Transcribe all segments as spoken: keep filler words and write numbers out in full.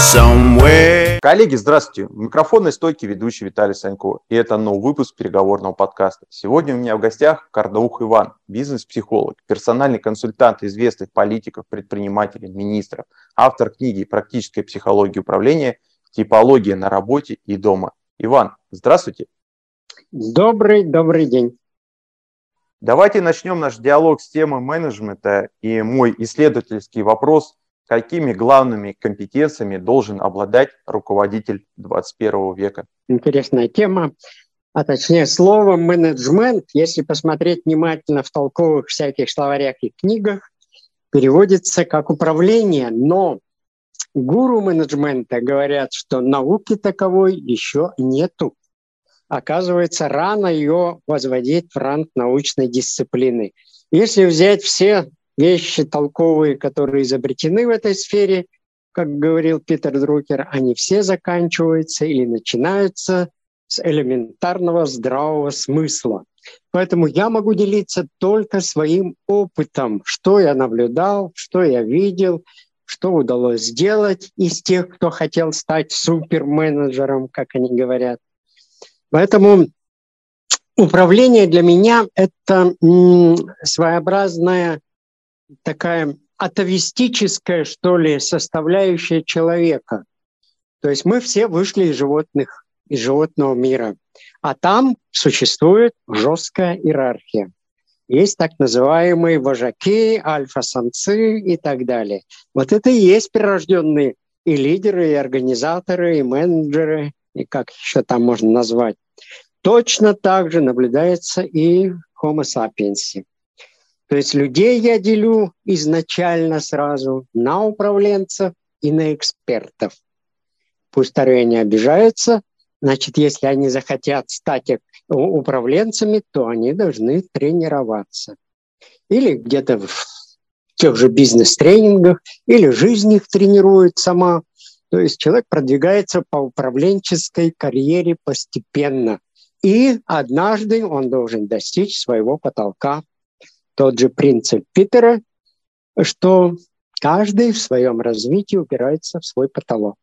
somewhere. Коллеги, здравствуйте. У микрофонной стойки ведущий Виталий Санько. И это новый выпуск переговорного подкаста. Сегодня у меня в гостях Кардаух Иван, бизнес-психолог, персональный консультант известных политиков, предпринимателей, министров, автор книги «Практическая психология управления. Типология на работе и дома». Иван, здравствуйте. Добрый, добрый день. Давайте начнем наш диалог с темы менеджмента. И мой исследовательский вопрос: какими главными компетенциями должен обладать руководитель двадцать первого века? Интересная тема, а точнее слово менеджмент, если посмотреть внимательно в толковых всяких словарях и книгах, переводится как управление, но гуру менеджмента говорят, что науки таковой еще нету. Оказывается, рано ее возводить в ранг научной дисциплины. Если взять все вещи толковые, которые изобретены в этой сфере, как говорил Питер Друкер, они все заканчиваются или начинаются с элементарного здравого смысла. Поэтому я могу делиться только своим опытом, что я наблюдал, что я видел, что удалось сделать из тех, кто хотел стать суперменеджером, как они говорят. Поэтому управление для меня – это м, своеобразная такая атовистическая, что ли, составляющая человека. То есть мы все вышли из животных, из животного мира. А там существует жесткая иерархия. Есть так называемые вожаки, альфа-самцы и так далее. Вот это и есть прирожденные и лидеры, и организаторы, и менеджеры, и как еще там можно назвать. Точно так же наблюдается и в Homo sapiens. То есть людей я делю изначально сразу на управленцев и на экспертов. Пусть вторые не обижаются. Значит, если они захотят стать управленцами, то они должны тренироваться. Или где-то в тех же бизнес-тренингах, или жизнь их тренирует сама. То есть человек продвигается по управленческой карьере постепенно. И однажды он должен достичь своего потолка. Тот же принцип Питера, что каждый в своем развитии упирается в свой потолок.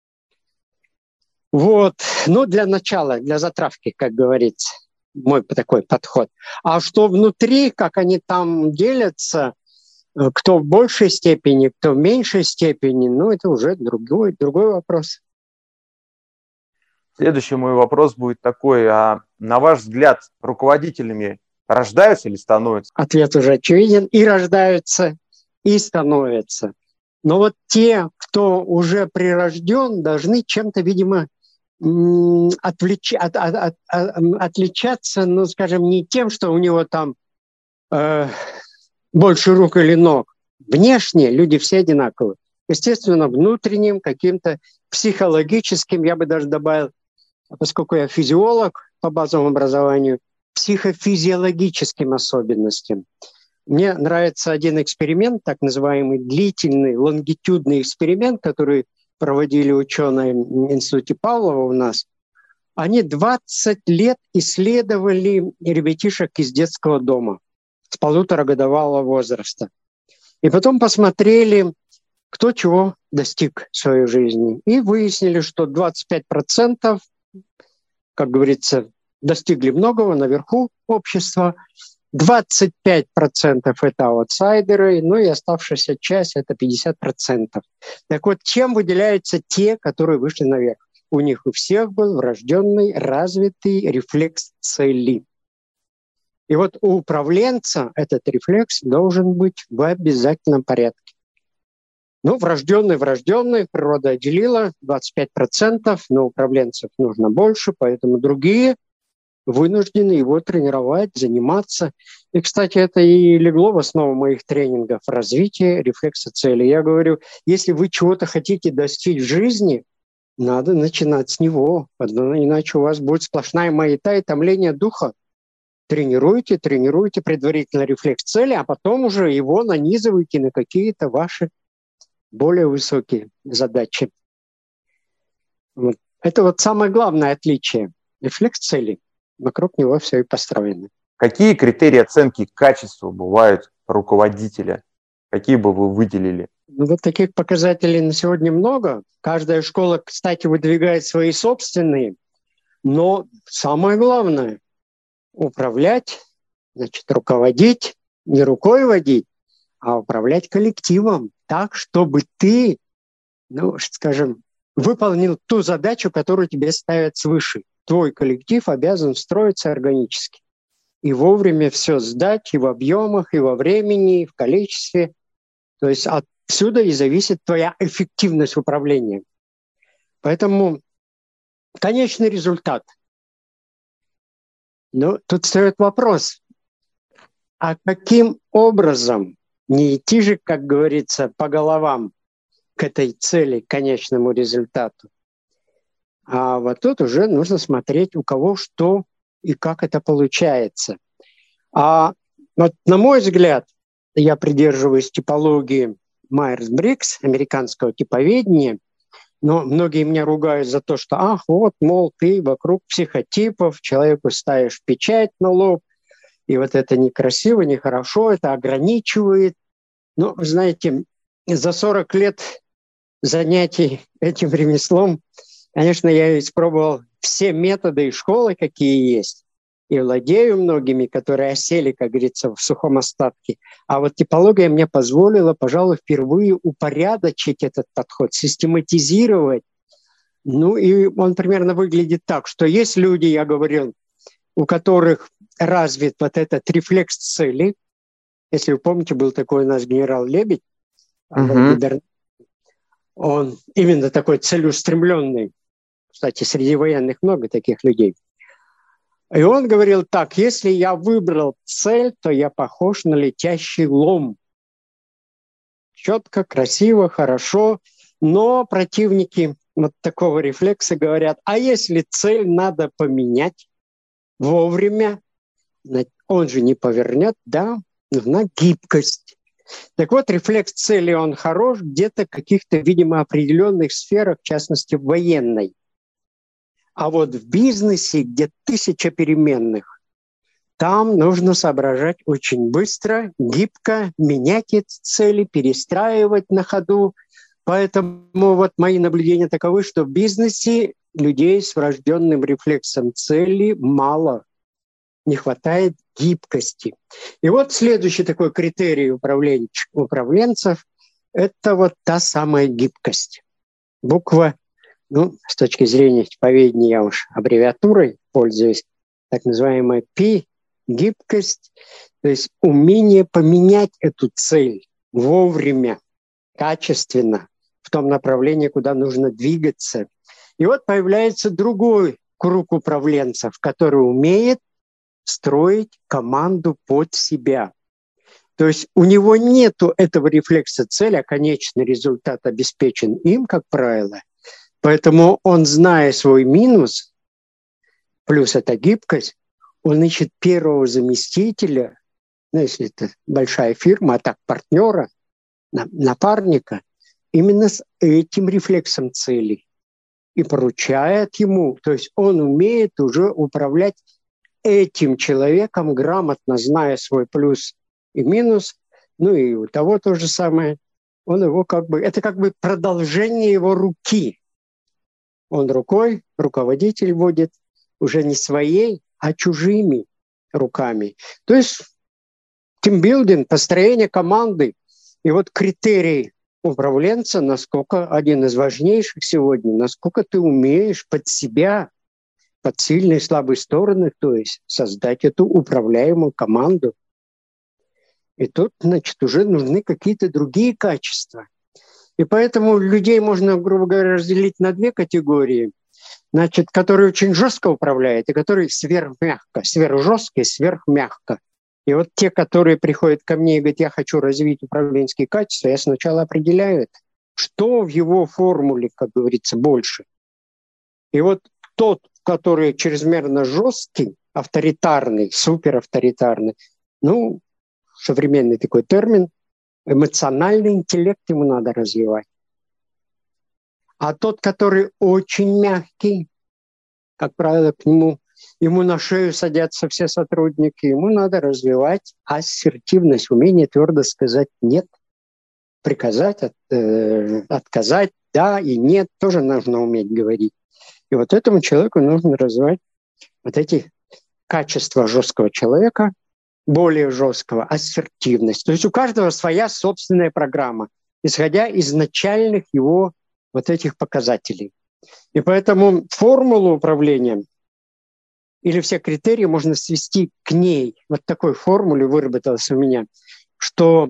Вот. Ну, для начала, для затравки, как говорится, мой такой подход. А что внутри, как они там делятся, кто в большей степени, кто в меньшей степени, ну, это уже другой, другой вопрос. Следующий мой вопрос будет такой: а на ваш взгляд, руководителями рождаются или становятся? Ответ уже очевиден. И рождаются, и становятся. Но вот те, кто уже прирожден, должны чем-то, видимо, отвлеч... от, от, от, от, отличаться, ну, скажем, не тем, что у него там э, больше рук или ног. Внешне люди все одинаковые. Естественно, внутренним, каким-то психологическим, я бы даже добавил, поскольку я физиолог по базовому образованию, психофизиологическим особенностям. Мне нравится один эксперимент, так называемый длительный, лонгитюдный эксперимент, который проводили ученые в институте Павлова у нас. Они двадцать лет исследовали ребятишек из детского дома с полуторагодовалого возраста. И потом посмотрели, кто чего достиг в своей жизни. И выяснили, что двадцать пять процентов, как говорится, достигли многого наверху общества, двадцать пять процентов это аутсайдеры, ну и оставшаяся часть это пятьдесят процентов. Так вот, чем выделяются те, которые вышли наверх? У них у всех был врожденный, развитый рефлекс цели. И вот у управленца этот рефлекс должен быть в обязательном порядке. Ну, врожденный, врожденный, природа отделила двадцать пять процентов, но управленцев нужно больше, поэтому другие вынуждены его тренировать, заниматься. И, кстати, это и легло в основу моих тренингов – развитие рефлекса цели. Я говорю, если вы чего-то хотите достичь в жизни, надо начинать с него, иначе у вас будет сплошная маята и томление духа. Тренируйте, тренируйте предварительно рефлекс цели, а потом уже его нанизывайте на какие-то ваши более высокие задачи. Вот. Это вот самое главное отличие. Рефлекс цели. Вокруг него все и построено. Какие критерии оценки качества бывают руководителя? Какие бы вы выделили? Ну, вот таких показателей на сегодня много. Каждая школа, кстати, выдвигает свои собственные. Но самое главное – управлять, значит, руководить, не рукой водить, а управлять коллективом так, чтобы ты, ну, скажем, выполнил ту задачу, которую тебе ставят свыше. Твой коллектив обязан строиться органически. И вовремя все сдать и в объемах, и во времени, и в количестве. То есть отсюда и зависит твоя эффективность управления. Поэтому конечный результат. Ну, тут встает вопрос, а каким образом не идти же, как говорится, по головам к этой цели, к конечному результату? А вот тут уже нужно смотреть, у кого что и как это получается. А вот на мой взгляд, я придерживаюсь типологии Майерс-Бриггс, американского типоведения, но многие меня ругают за то, что, ах, вот, мол, ты вокруг психотипов, человеку ставишь печать на лоб, и вот это некрасиво, нехорошо, это ограничивает. Но, знаете, за сорок лет занятий этим ремеслом, конечно, я испробовал все методы и школы, какие есть, и владею многими, которые осели, как говорится, в сухом остатке. А вот типология мне позволила, пожалуй, впервые упорядочить этот подход, систематизировать. Ну и он примерно выглядит так, что есть люди, я говорил, у которых развит вот этот рефлекс цели. Если вы помните, был такой у нас генерал Лебедь, uh-huh. Он именно такой целеустремленный. Кстати, среди военных много таких людей. И он говорил так: если я выбрал цель, то я похож на летящий лом. Четко, красиво, хорошо. Но противники вот такого рефлекса говорят: а если цель надо поменять вовремя, он же не повернет, да, нужна гибкость. Так вот, рефлекс цели, он хорош где-то в каких-то, видимо, определенных сферах, в частности, в военной. А вот в бизнесе, где тысяча переменных, там нужно соображать очень быстро, гибко, менять эти цели, перестраивать на ходу. Поэтому вот мои наблюдения таковы, что в бизнесе людей с врожденным рефлексом цели мало. Не хватает гибкости. И вот следующий такой критерий управленцев – это вот та самая гибкость. Буква, ну, с точки зрения типоведения, я уж аббревиатурой пользуюсь, так называемая P – гибкость, то есть умение поменять эту цель вовремя, качественно, в том направлении, куда нужно двигаться. И вот появляется другой круг управленцев, который умеет строить команду под себя. То есть у него нет этого рефлекса цели, а конечный результат обеспечен им, как правило. Поэтому он, зная свой минус, плюс эта гибкость, он ищет первого заместителя, ну, если это большая фирма, а так партнера, напарника, именно с этим рефлексом цели. И поручает ему, то есть он умеет уже управлять этим человеком, грамотно зная свой плюс и минус, ну и у того то же самое. Он его как бы, это как бы продолжение его руки. Он рукой, руководитель водит уже не своей, а чужими руками. То есть тимбилдинг, построение команды. И вот критерий управленца, насколько один из важнейших сегодня, насколько ты умеешь под себя, под сильные и слабые стороны, то есть создать эту управляемую команду. И тут, значит, уже нужны какие-то другие качества. И поэтому людей можно, грубо говоря, разделить на две категории. Значит, которые очень жестко управляют и которые сверхмягко, сверхжестко и сверхмягко. И вот те, которые приходят ко мне и говорят: я хочу развить управленческие качества, я сначала определяю это, что в его формуле, как говорится, больше. И вот тот, который чрезмерно жесткий, авторитарный, суперавторитарный, ну, современный такой термин, эмоциональный интеллект ему надо развивать. А тот, который очень мягкий, как правило, к нему, ему на шею садятся все сотрудники, ему надо развивать ассертивность, умение твердо сказать «нет». приказать, от, э, отказать, да и нет, тоже нужно уметь говорить. И вот этому человеку нужно развивать вот эти качества жесткого человека, более жесткого, ассертивность. То есть у каждого своя собственная программа, исходя из начальных его вот этих показателей. И поэтому формулу управления или все критерии можно свести к ней. Вот такой формуле выработалась у меня, что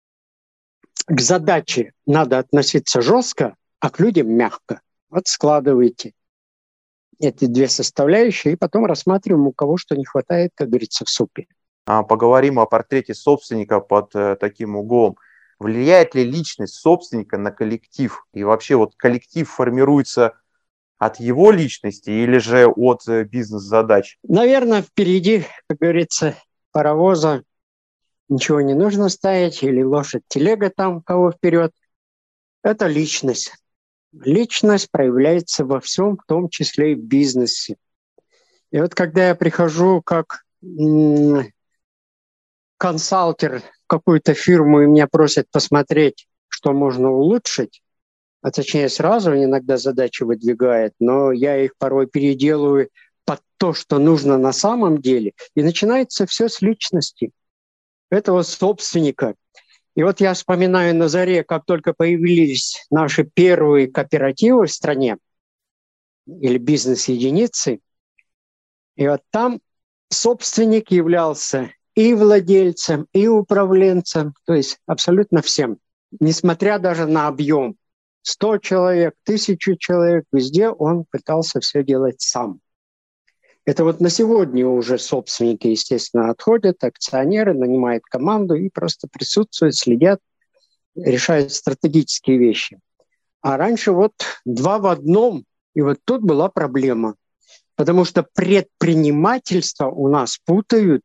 к задаче надо относиться жестко, а к людям мягко. Вот складывайте эти две составляющие, и потом рассматриваем, у кого что не хватает, как говорится, в супе. Поговорим о портрете собственника под э, таким углом. Влияет ли личность собственника на коллектив? И вообще вот коллектив формируется от его личности или же от э, бизнес-задач? Наверное, впереди, как говорится, паровоза ничего не нужно ставить, или лошадь, телега там, кого вперед. Это личность. Личность проявляется во всем, в том числе и в бизнесе. И вот когда я прихожу как м- консалтер в какую-то фирму, и меня просят посмотреть, что можно улучшить, а точнее сразу иногда задачи выдвигают, но я их порой переделываю под то, что нужно на самом деле. И начинается все с личности этого собственника. И вот я вспоминаю на заре, как только появились наши первые кооперативы в стране или бизнес-единицы, и вот там собственник являлся и владельцем, и управленцем, то есть абсолютно всем. Несмотря даже на объем. сто человек, тысячу человек, везде он пытался все делать сам. Это вот на сегодня уже собственники, естественно, отходят, акционеры нанимают команду и просто присутствуют, следят, решают стратегические вещи. А раньше вот два в одном, и вот тут была проблема. Потому что предпринимательство у нас путают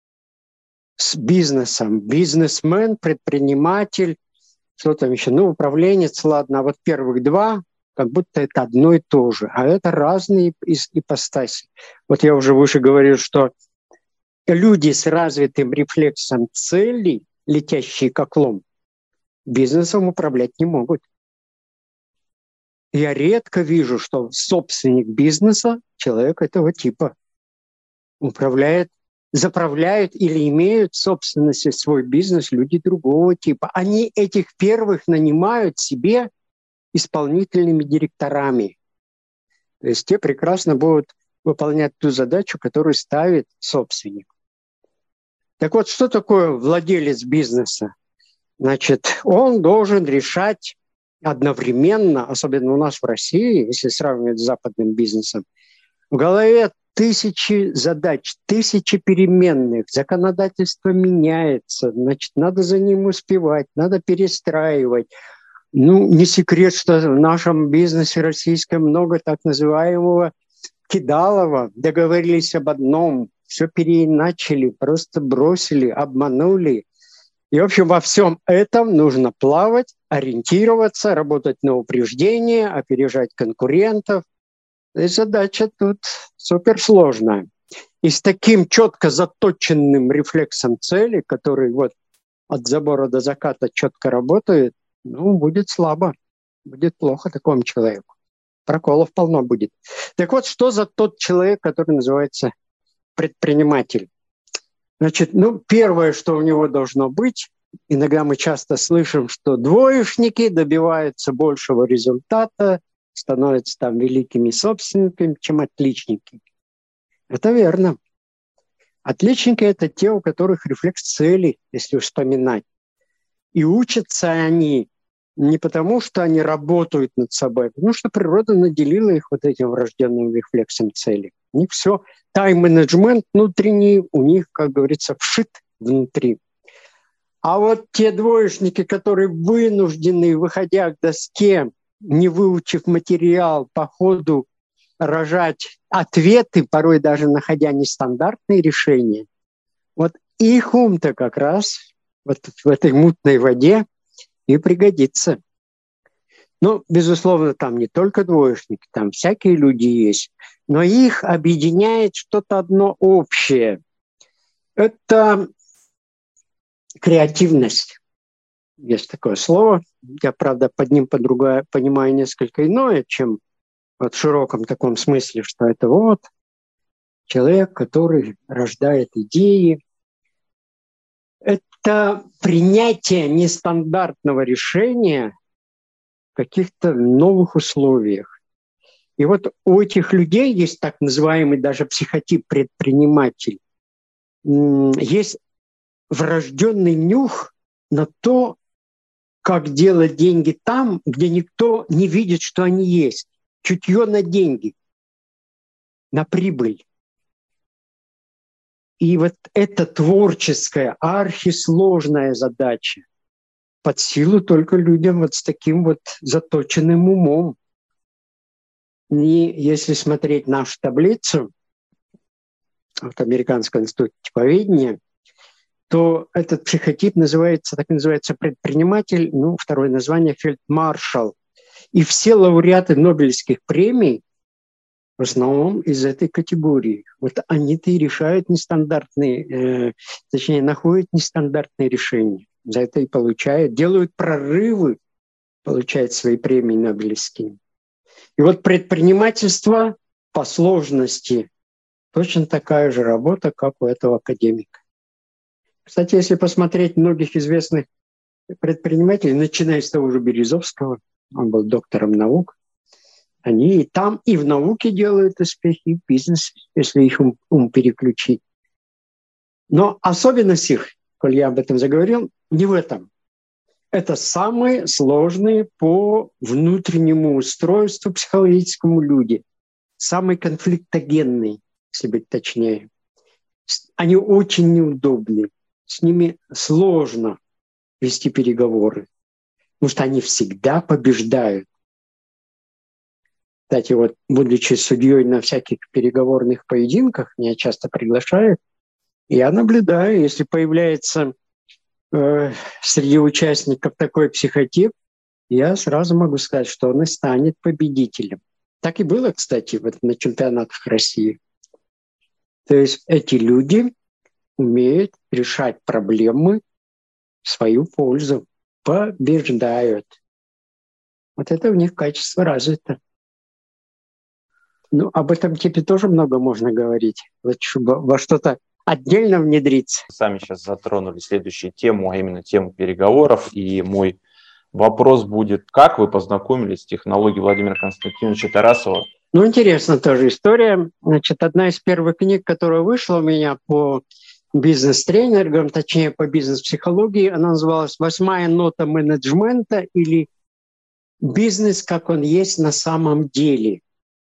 с бизнесом. Бизнесмен, предприниматель, что там еще, ну, управленец, ладно, а вот первых два, как будто это одно и то же, а это разные ипостаси. Вот я уже выше говорил, что люди с развитым рефлексом целей, летящие как лом, бизнесом управлять не могут. Я редко вижу, что собственник бизнеса, человек этого типа, управляет, заправляют или имеют в собственности свой бизнес люди другого типа. Они этих первых нанимают себе исполнительными директорами. То есть те прекрасно будут выполнять ту задачу, которую ставит собственник. Так вот, что такое владелец бизнеса? Значит, он должен решать одновременно, особенно у нас в России, если сравнивать с западным бизнесом, в голове тысячи задач, тысячи переменных, законодательство меняется, значит, надо за ним успевать, надо перестраивать. Ну, не секрет, что в нашем бизнесе российском много так называемого кидалова. Договорились об одном, все переиначили, просто бросили, обманули. И, в общем, во всем этом нужно плавать, ориентироваться, работать на упреждение, опережать конкурентов. И задача тут суперсложная. И с таким четко заточенным рефлексом цели, который вот от забора до заката четко работает, ну, будет слабо, будет плохо такому человеку. Проколов полно будет. Так вот, что за тот человек, который называется предприниматель? Значит, ну, первое, что у него должно быть, иногда мы часто слышим, что двоечники добиваются большего результата, становятся там великими собственниками, чем отличники. Это верно. Отличники – это те, у которых рефлекс цели, если вспоминать. И учатся они не потому, что они работают над собой, а потому что природа наделила их вот этим врожденным рефлексом цели. У них все, тайм-менеджмент внутренний, у них, как говорится, вшит внутри. А вот те двоечники, которые вынуждены, выходя к доске, не выучив материал, по ходу рожать ответы, порой даже находя нестандартные решения, вот их ум-то как раз вот в этой мутной воде и пригодится. Ну, безусловно, там не только двоечники, там всякие люди есть, но их объединяет что-то одно общее. Это креативность. Есть такое слово. Я, правда, под ним по другое, понимаю несколько иное, чем вот в широком таком смысле, что это вот человек, который рождает идеи. Это принятие нестандартного решения в каких-то новых условиях. И вот у этих людей есть так называемый даже психотип предприниматель. Есть врожденный нюх на то, как делать деньги там, где никто не видит, что они есть. Чутье на деньги, на прибыль. И вот эта творческая, архисложная задача под силу только людям вот с таким вот заточенным умом. И если смотреть нашу таблицу от Американского института типоведения, то этот психотип называется, так называется, предприниматель, ну, второе название фельдмаршал. И все лауреаты Нобелевских премий в основном из этой категории. Вот они-то и решают нестандартные, э, точнее, находят нестандартные решения. За это и получают, делают прорывы, получают свои премии Нобелевские. И вот предпринимательство по сложности точно такая же работа, как у этого академика. Кстати, если посмотреть многих известных предпринимателей, начиная с того же Березовского, он был доктором наук, они и там, и в науке делают успехи, и в бизнесе, если их ум, ум переключить. Но особенность их, коль я об этом заговорил, не в этом. Это самые сложные по внутреннему устройству психологическому люди, самые конфликтогенные, если быть точнее. Они очень неудобны. С ними сложно вести переговоры, потому что они всегда побеждают. Кстати, вот, будучи судьей на всяких переговорных поединках, меня часто приглашают, я наблюдаю, если появляется э, среди участников такой психотип, я сразу могу сказать, что он и станет победителем. Так и было, кстати, вот на чемпионатах России. То есть эти люди умеют решать проблемы в свою пользу, побеждают. Вот это у них качество развито. Ну, об этом типе тоже много можно говорить. Вот чтобы во что-то отдельно внедриться. Сами сейчас затронули следующую тему, а именно тему переговоров. И мой вопрос будет, как вы познакомились с технологией Владимира Константиновича Тарасова? Ну, интересная тоже история. Значит, одна из первых книг, которая вышла у меня по бизнес-тренингам, точнее, по бизнес-психологии, она называлась «Восьмая нота менеджмента» или «Бизнес, как он есть на самом деле».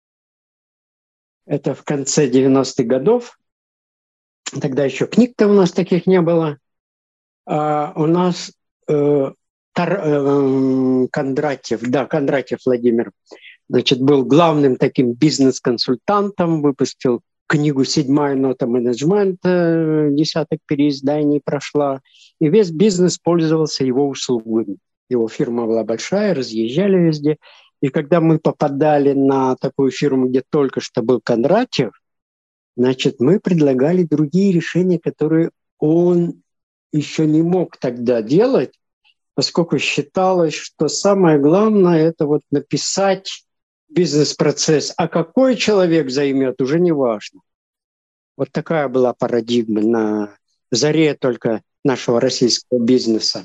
Это в конце девяностых годов. Тогда еще книг-то у нас таких не было. А у нас э, Тар, э, Кондратьев, да, Кондратьев Владимир, значит, был главным таким бизнес-консультантом, выпустил книгу «Седьмая нота менеджмента», десяток переизданий прошла, и весь бизнес пользовался его услугами. Его фирма была большая, разъезжали везде. И когда мы попадали на такую фирму, где только что был Кондратьев, значит, мы предлагали другие решения, которые он еще не мог тогда делать, поскольку считалось, что самое главное – это вот написать бизнес-процесс, а какой человек займет, уже не важно. Вот такая была парадигма на заре только нашего российского бизнеса.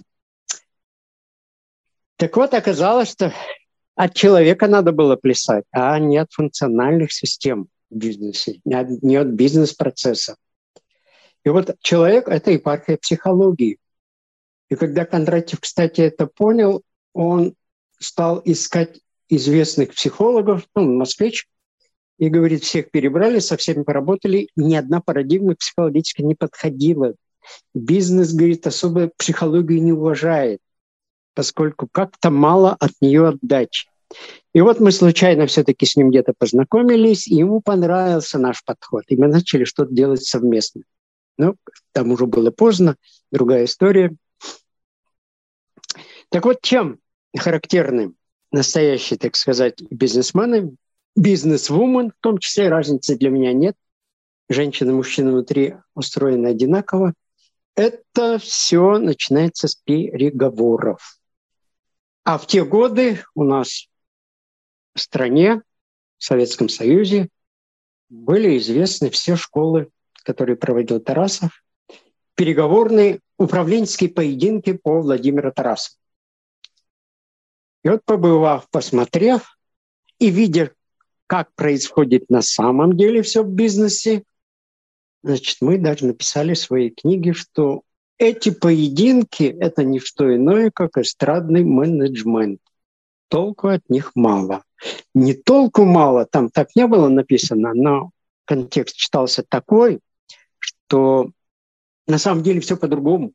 Так вот, оказалось, что от человека надо было плясать, а не от функциональных систем в бизнесе, не от, не от бизнес-процесса. И вот человек – это епархия психологии. И когда Кондратьев, кстати, это понял, он стал искать известных психологов, ну, москвич, и говорит, всех перебрали, со всеми поработали, ни одна парадигма психологически не подходила. Бизнес, говорит, особо психологию не уважает, поскольку как-то мало от нее отдачи. И вот мы случайно все-таки с ним где-то познакомились, и ему понравился наш подход, и мы начали что-то делать совместно. Ну, там уже было поздно, другая история. Так вот, чем характерны настоящие, так сказать, бизнесмены, бизнес-вумен, в том числе разницы для меня нет. Женщина и мужчина внутри устроены одинаково. это все начинается с переговоров. А в те годы у нас в стране, в Советском Союзе, были известны все школы, которые проводил Тарасов, переговорные управленческие поединки по Владимиру Тарасову. И вот побывав, посмотрев и видя, как происходит на самом деле все в бизнесе, значит, мы даже написали в своей книге, что эти поединки – это не что иное, как эстрадный менеджмент. Толку от них мало. Не толку мало, там так не было написано, но контекст читался такой, что на самом деле все по-другому.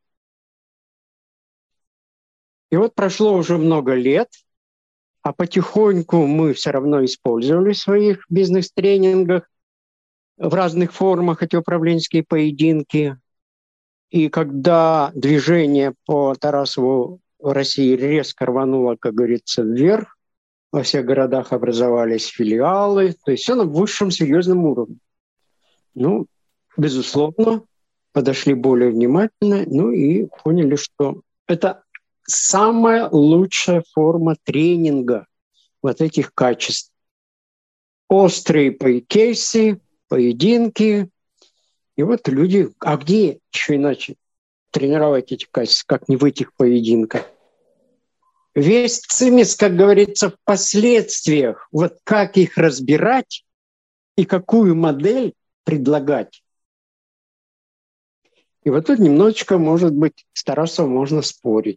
И вот прошло уже много лет, а потихоньку мы все равно использовали в своих бизнес-тренингах в разных формах эти управленческие поединки. И когда движение по Тарасову в России резко рвануло, как говорится, вверх, во всех городах образовались филиалы, то есть все на высшем серьезном уровне. Ну, безусловно, подошли более внимательно, ну и поняли, что это самая лучшая форма тренинга вот этих качеств. Острые кейсы, поединки. И вот люди, а где еще иначе тренировать эти качества, как не в этих поединках? Весь цимис, как говорится, в последствиях. Вот как их разбирать и какую модель предлагать. И вот тут немножечко, может быть, с Тарасовым можно спорить.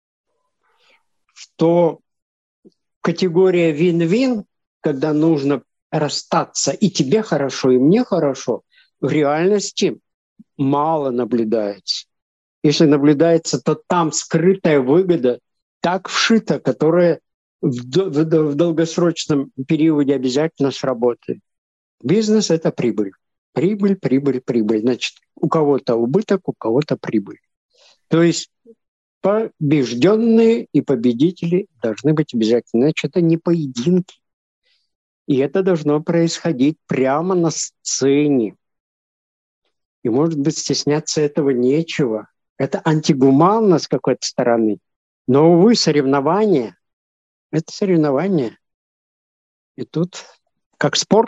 Что категория вин-вин, когда нужно расстаться и тебе хорошо, и мне хорошо, в реальности мало наблюдается. Если наблюдается, то там скрытая выгода так вшита, которая в, в, в долгосрочном периоде обязательно сработает. Бизнес – это прибыль. Прибыль, прибыль, прибыль. Значит, у кого-то убыток, у кого-то прибыль. То есть побежденные и победители должны быть обязательно. Значит, это не поединки. И это должно происходить прямо на сцене. И, может быть, стесняться этого нечего. Это антигуманно с какой-то стороны. Но, увы, соревнования – это соревнования. И тут, как спорт,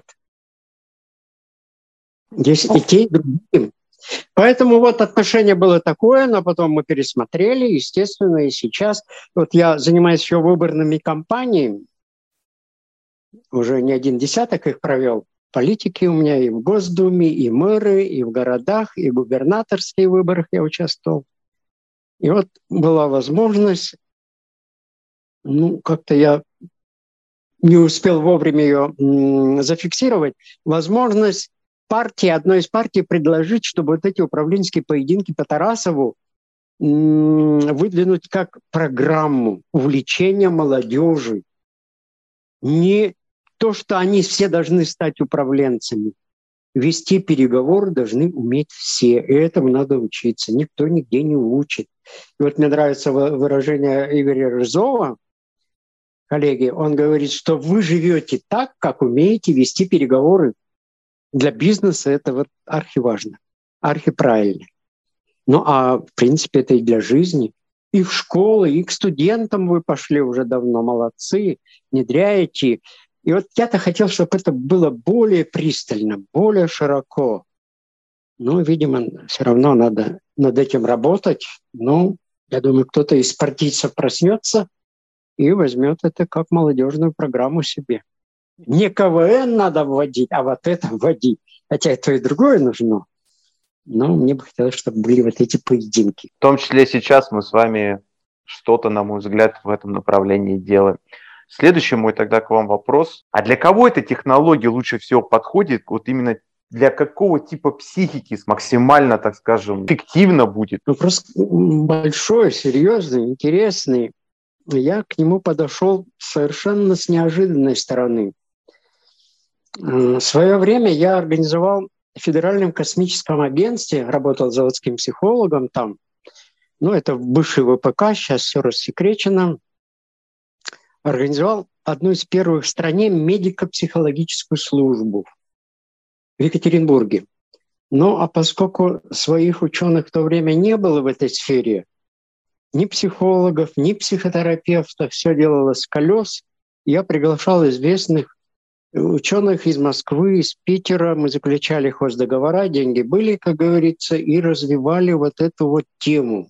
здесь и те, и другие. Поэтому вот отношение было такое, но потом мы пересмотрели, естественно, и сейчас. Вот я занимаюсь еще выборными кампаниями, уже не один десяток их провел. Политики у меня и в Госдуме, и мэры, и в городах, и в губернаторских выборах я участвовал. И вот была возможность, ну, как-то я не успел вовремя ее м, зафиксировать, возможность партии, одной из партий предложить, чтобы вот эти управленческие поединки по Тарасову м, выдвинуть как программу увлечения молодежи. Не то, что они все должны стать управленцами. Вести переговоры должны уметь все. И этому надо учиться. Никто нигде не учит. И вот мне нравится выражение Игоря Рызова, коллеги. Он говорит, что вы живете так, как умеете вести переговоры. Для бизнеса это вот архиважно, архиправильно. Ну а в принципе это и для жизни. И в школы, и к студентам вы пошли уже давно. Молодцы, внедряете. И вот я-то хотел, чтобы это было более пристально, более широко. Ну, видимо, все равно надо над этим работать. Ну, я думаю, кто-то из партийцев проснется и возьмет это как молодежную программу себе. Не КВН надо вводить, а вот это вводить. Хотя и то, и другое нужно. Но мне бы хотелось, чтобы были вот эти поединки. В том числе сейчас мы с вами что-то, на мой взгляд, в этом направлении делаем. Следующий мой тогда к вам вопрос. А для кого эта технология лучше всего подходит? Вот именно для какого типа психики максимально, так скажем, эффективно будет? Вопрос большой, серьезный, интересный. Я к нему подошел совершенно с неожиданной стороны. В свое время я организовал в Федеральном космическом агентстве, работал заводским психологом там. Ну, это бывший ВПК, сейчас все рассекречено. Организовал одну из первых в стране медико-психологическую службу в Екатеринбурге. Ну, а поскольку своих ученых в то время не было в этой сфере, ни психологов, ни психотерапевтов, все делалось с колес, я приглашал известных ученых из Москвы, из Питера. Мы заключали хоздоговора, деньги были, как говорится, и развивали вот эту вот тему.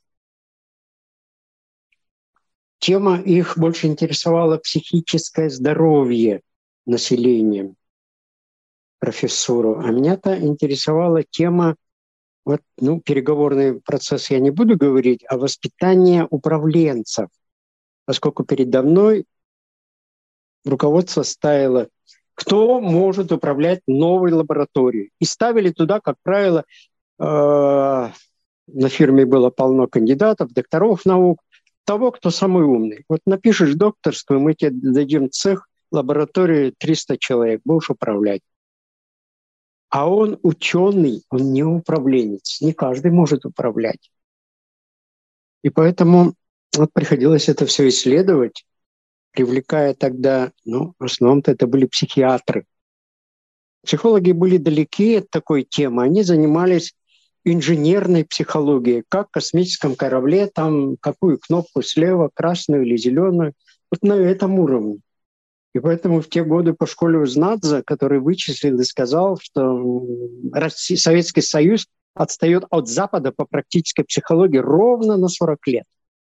Тема их больше интересовала психическое здоровье населения, профессуру. А меня-то интересовала тема, вот, ну, переговорный процесс я не буду говорить, а воспитание управленцев. Поскольку передо мной руководство ставило, кто может управлять новой лабораторией. И ставили туда, как правило, э, на фирме было полно кандидатов, докторов наук, того, кто самый умный. Вот напишешь докторство, мы тебе дадим цех, лабораторию триста человек, будешь управлять. А он ученый, он не управленец. Не каждый может управлять. И поэтому вот приходилось это все исследовать, привлекая тогда, ну, в основном-то это были психиатры. Психологи были далеки от такой темы. Они занимались инженерной психологией, как в космическом корабле, там какую кнопку слева, красную или зеленую. Вот на этом уровне. И поэтому в те годы по школе Узнадзе, который вычислил и сказал, что Россия, Советский Союз отстает от Запада по практической психологии ровно на сорок лет.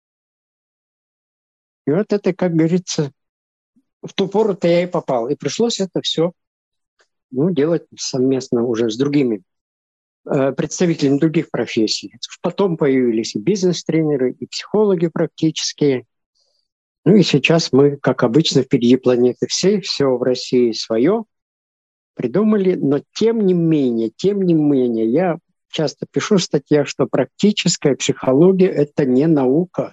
И вот это, как говорится, в ту пору-то я и попал. И пришлось это все, ну, делать совместно уже с другими э, представителями других профессий. Потом появились и бизнес-тренеры, и психологи практические. Ну и сейчас мы, как обычно, впереди планеты всей, все в России свое придумали, но тем не менее, тем не менее, я часто пишу в статьях, что практическая психология – это не наука,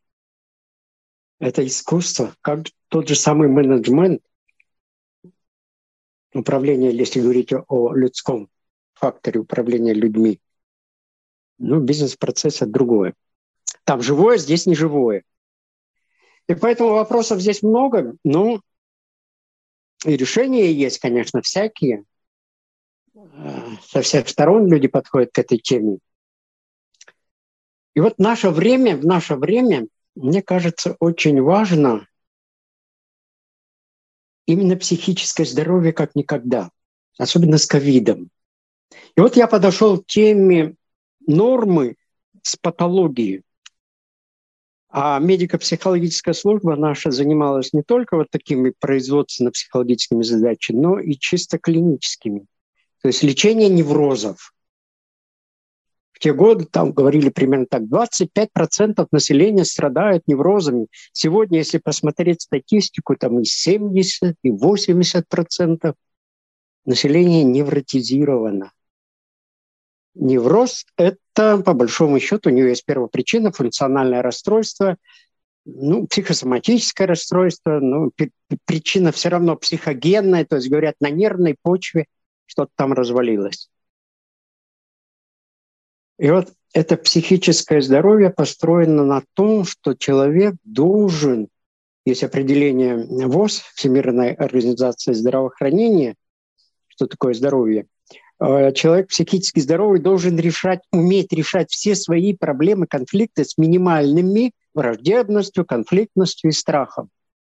это искусство, как тот же самый менеджмент, управление, если говорить о людском факторе управления людьми. Ну, бизнес-процесс – это другое. Там живое, здесь не живое. И поэтому вопросов здесь много, ну, и решения есть, конечно, всякие. Со всех сторон люди подходят к этой теме. И вот наше время, в наше время, мне кажется, очень важно именно психическое здоровье как никогда, особенно с ковидом. И вот я подошел к теме нормы с патологией. А медико-психологическая служба наша занималась не только вот такими производственно-психологическими задачами, но и чисто клиническими. То есть лечение неврозов. В те годы там говорили примерно так, двадцать пять процентов населения страдают неврозами. Сегодня, если посмотреть статистику, там и семьдесят, и восемьдесят процентов населения невротизировано. Невроз – это, по большому счету, у него есть первопричина, функциональное расстройство, ну, психосоматическое расстройство, ну, причина все равно психогенная, то есть, говорят, на нервной почве что-то там развалилось. И вот это психическое здоровье построено на том, что человек должен, есть определение ВОЗ, Всемирной организации здравоохранения, что такое здоровье, человек психически здоровый должен решать, уметь решать все свои проблемы, конфликты с минимальными враждебностью, конфликтностью и страхом.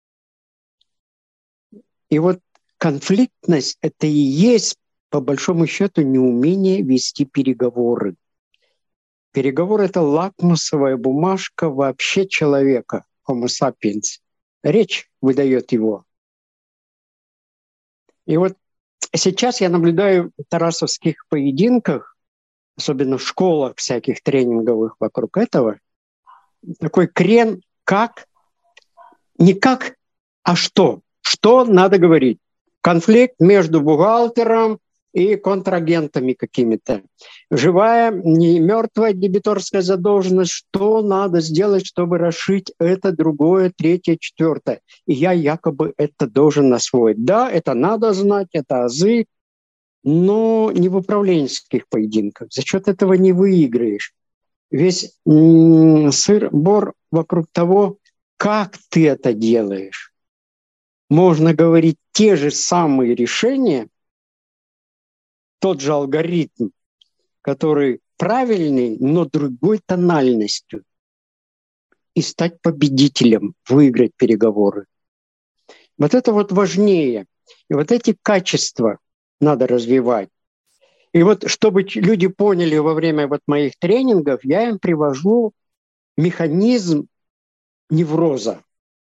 И вот конфликтность – это и есть, по большому счету, неумение вести переговоры. Переговоры – это лакмусовая бумажка вообще человека, Homo sapiens. Речь выдает его. И вот сейчас я наблюдаю в тарасовских поединках, особенно в школах всяких тренинговых вокруг этого, такой крен как, не как, а что. Что надо говорить? Конфликт между бухгалтером и контрагентами какими-то. Живая, не мертвая дебиторская задолженность. Что надо сделать, чтобы расшить это, другое, третье, четвертое? И я якобы это должен освоить. Да, это надо знать, это азы, но не в управленческих поединках. За счет этого не выиграешь. Весь м- сыр-бор вокруг того, как ты это делаешь. Можно говорить те же самые решения, тот же алгоритм, который правильный, но другой тональностью, и стать победителем, выиграть переговоры. Вот это вот важнее. И вот эти качества надо развивать. И вот чтобы люди поняли во время вот моих тренингов, я им привожу механизм невроза.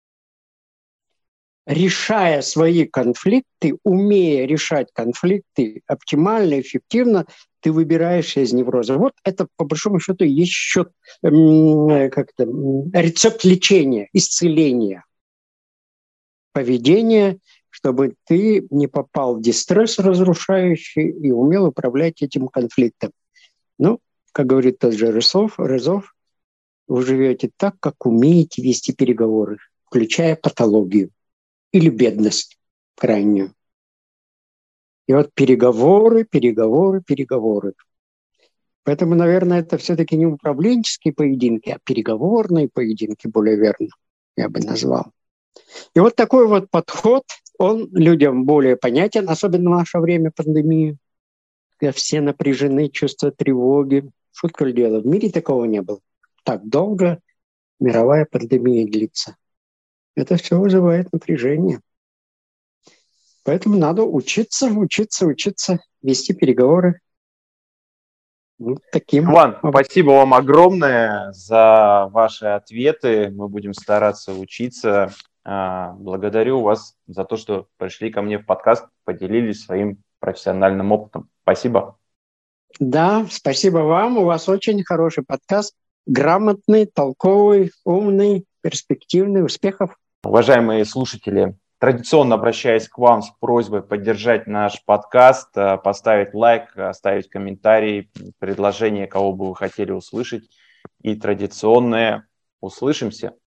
Решая свои конфликты, умея решать конфликты оптимально, эффективно, ты выбираешься из невроза. Вот это, по большому счету, есть счет, как это, рецепт лечения, исцеления поведения, чтобы ты не попал в дистресс разрушающий и умел управлять этим конфликтом. Ну, как говорит тот же Рызов, Рызов, вы живете так, как умеете вести переговоры, включая патологию или бедность крайнюю. И вот переговоры, переговоры, переговоры. Поэтому, наверное, это все-таки не управленческие поединки, а переговорные поединки, более верно, я бы назвал. И вот такой вот подход, он людям более понятен, особенно в наше время пандемии, когда все напряжены, чувство тревоги. Шутка ли дело, в мире такого не было. Так долго мировая пандемия длится. Это все вызывает напряжение. Поэтому надо учиться, учиться, учиться, вести переговоры. Вот таким. Иван, спасибо вам огромное за ваши ответы. Мы будем стараться учиться. Благодарю вас за то, что пришли ко мне в подкаст, поделились своим профессиональным опытом. Спасибо. Да, спасибо вам. У вас очень хороший подкаст. Грамотный, толковый, умный, перспективный. Успехов. Уважаемые слушатели, традиционно обращаюсь к вам с просьбой поддержать наш подкаст, поставить лайк, оставить комментарий, предложение, кого бы вы хотели услышать. И традиционное «Услышимся».